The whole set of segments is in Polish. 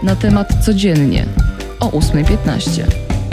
Na temat codziennie o 8:15.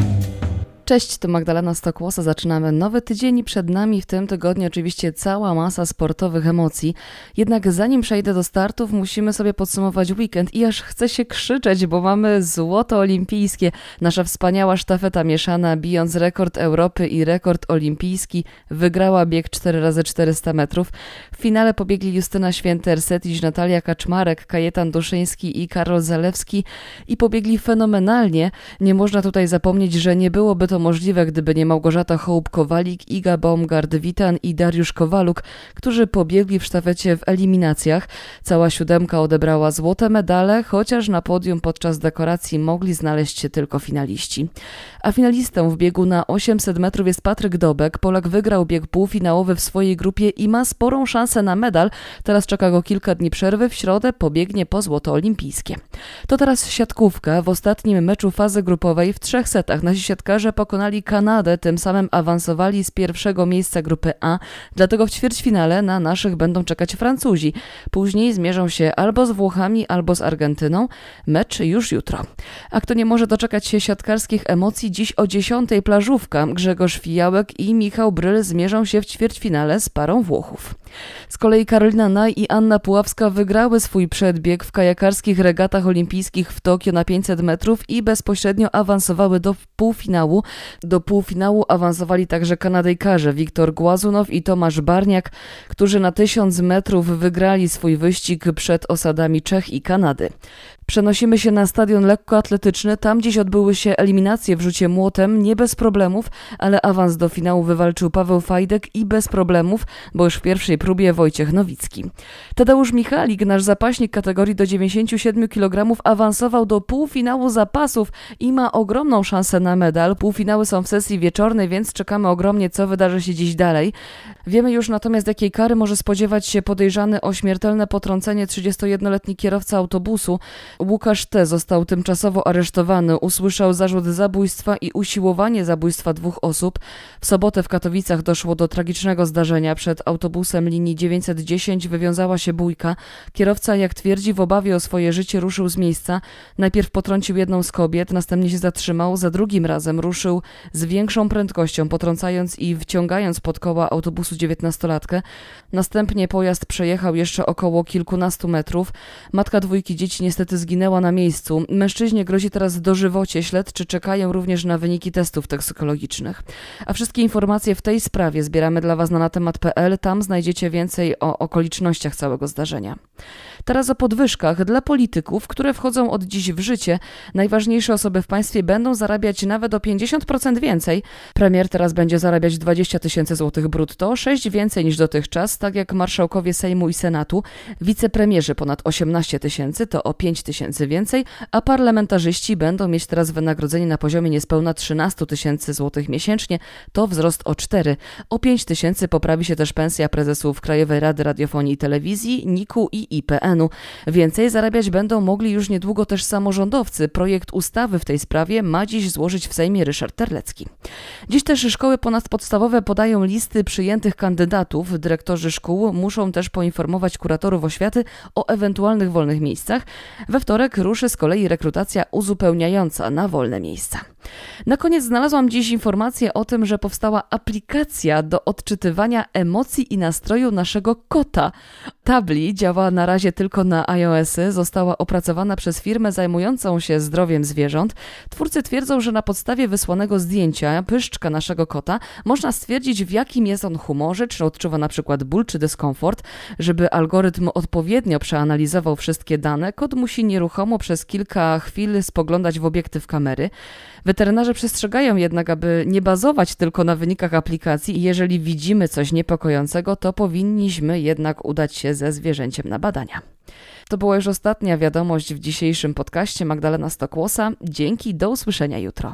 Cześć, to Magdalena Stokłosa. Zaczynamy nowy tydzień i przed nami w tym tygodniu oczywiście cała masa sportowych emocji. Jednak zanim przejdę do startów, musimy sobie podsumować weekend i aż chce się krzyczeć, bo mamy złoto olimpijskie. Nasza wspaniała sztafeta mieszana, bijąc rekord Europy i rekord olimpijski, wygrała bieg 4x400 metrów. W finale pobiegli Justyna Święter-Setić, Natalia Kaczmarek, Kajetan Duszyński i Karol Zalewski i pobiegli fenomenalnie. Nie można tutaj zapomnieć, że nie byłoby to możliwe, gdyby nie Małgorzata Hołb-Kowalik, Iga Baumgart-Witan i Dariusz Kowaluk, którzy pobiegli w sztafecie w eliminacjach. Cała siódemka odebrała złote medale, chociaż na podium podczas dekoracji mogli znaleźć się tylko finaliści. A finalistą w biegu na 800 metrów jest Patryk Dobek. Polak wygrał bieg półfinałowy w swojej grupie i ma sporą szansę na medal. Teraz czeka go kilka dni przerwy. W środę pobiegnie po złoto olimpijskie. To teraz siatkówka. W ostatnim meczu fazy grupowej w 3 setach nasi siatkarze pokonali Kanadę, tym samym awansowali z pierwszego miejsca grupy A, dlatego w ćwierćfinale na naszych będą czekać Francuzi. Później zmierzą się albo z Włochami, albo z Argentyną. Mecz już jutro. A kto nie może doczekać się siatkarskich emocji, dziś o 10:00 plażówka. Grzegorz Fijałek i Michał Bryl zmierzą się w ćwierćfinale z parą Włochów. Z kolei Karolina Naj i Anna Puławska wygrały swój przedbieg w kajakarskich regatach olimpijskich w Tokio na 500 metrów i bezpośrednio awansowały do półfinału. Do półfinału awansowali także Kanadyjkarze Wiktor Głazunow i Tomasz Barniak, którzy na 1000 metrów wygrali swój wyścig przed osadami Czech i Kanady. Przenosimy się na stadion lekkoatletyczny. Tam dziś odbyły się eliminacje w rzucie młotem, nie bez problemów, ale awans do finału wywalczył Paweł Fajdek i bez problemów, bo już w pierwszej próbie Wojciech Nowicki. Tadeusz Michalik, nasz zapaśnik kategorii do 97 kg, awansował do półfinału zapasów i ma ogromną szansę na medal. Półfinały są w sesji wieczornej, więc czekamy ogromnie, co wydarzy się dziś dalej. Wiemy już natomiast, jakiej kary może spodziewać się podejrzany o śmiertelne potrącenie 31-letni kierowca autobusu. Łukasz T. został tymczasowo aresztowany. Usłyszał zarzut zabójstwa i usiłowanie zabójstwa 2 osób. W sobotę w Katowicach doszło do tragicznego zdarzenia. Przed autobusem linii 910 wywiązała się bójka. Kierowca, jak twierdzi, w obawie o swoje życie ruszył z miejsca. Najpierw potrącił jedną z kobiet, następnie się zatrzymał. Za drugim razem ruszył z większą prędkością, potrącając i wciągając pod koła autobusu 19-latkę. Następnie pojazd przejechał jeszcze około kilkunastu metrów. Matka 2 dzieci niestety zginęła na miejscu. Mężczyźnie grozi teraz dożywocie. Śledczy czekają również na wyniki testów toksykologicznych. A wszystkie informacje w tej sprawie zbieramy dla Was na natemat.pl. Tam znajdziecie więcej o okolicznościach całego zdarzenia. Teraz o podwyżkach dla polityków, które wchodzą od dziś w życie. Najważniejsze osoby w państwie będą zarabiać nawet o 50% więcej. Premier teraz będzie zarabiać 20 000 złotych brutto, 6 więcej niż dotychczas, tak jak marszałkowie Sejmu i Senatu. Wicepremierzy ponad 18 000, to o 5 000 więcej, a parlamentarzyści będą mieć teraz wynagrodzenie na poziomie niespełna 13 000 złotych miesięcznie, to wzrost o 4. O 5 000 poprawi się też pensja prezesów Krajowej Rady Radiofonii i Telewizji, NIK-u i IPN-u. Więcej zarabiać będą mogli już niedługo też samorządowcy. Projekt ustawy w tej sprawie ma dziś złożyć w Sejmie Ryszard Terlecki. Dziś też szkoły ponadpodstawowe podają listy przyjętych kandydatów. Dyrektorzy szkół muszą też poinformować kuratorów oświaty o ewentualnych wolnych miejscach. We wtorek ruszy z kolei rekrutacja uzupełniająca na wolne miejsca. Na koniec znalazłam dziś informację o tym, że powstała aplikacja do odczytywania emocji i nastroju naszego kota. Tabli działa na razie tylko na iOS-y, została opracowana przez firmę zajmującą się zdrowiem zwierząt. Twórcy twierdzą, że na podstawie wysłanego zdjęcia pyszczka naszego kota można stwierdzić, w jakim jest on humorze, czy odczuwa na przykład ból czy dyskomfort. Żeby algorytm odpowiednio przeanalizował wszystkie dane, kot musi nieruchomo przez kilka chwil spoglądać w obiektyw kamery. Weterynarze przestrzegają jednak, aby nie bazować tylko na wynikach aplikacji i jeżeli widzimy coś niepokojącego, to powinniśmy jednak udać się ze zwierzęciem na badania. To była już ostatnia wiadomość w dzisiejszym podcaście. Magdalena Stokłosa. Dzięki, do usłyszenia jutro.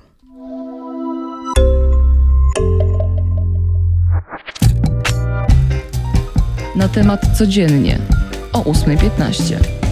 Na temat codziennie o 8:15.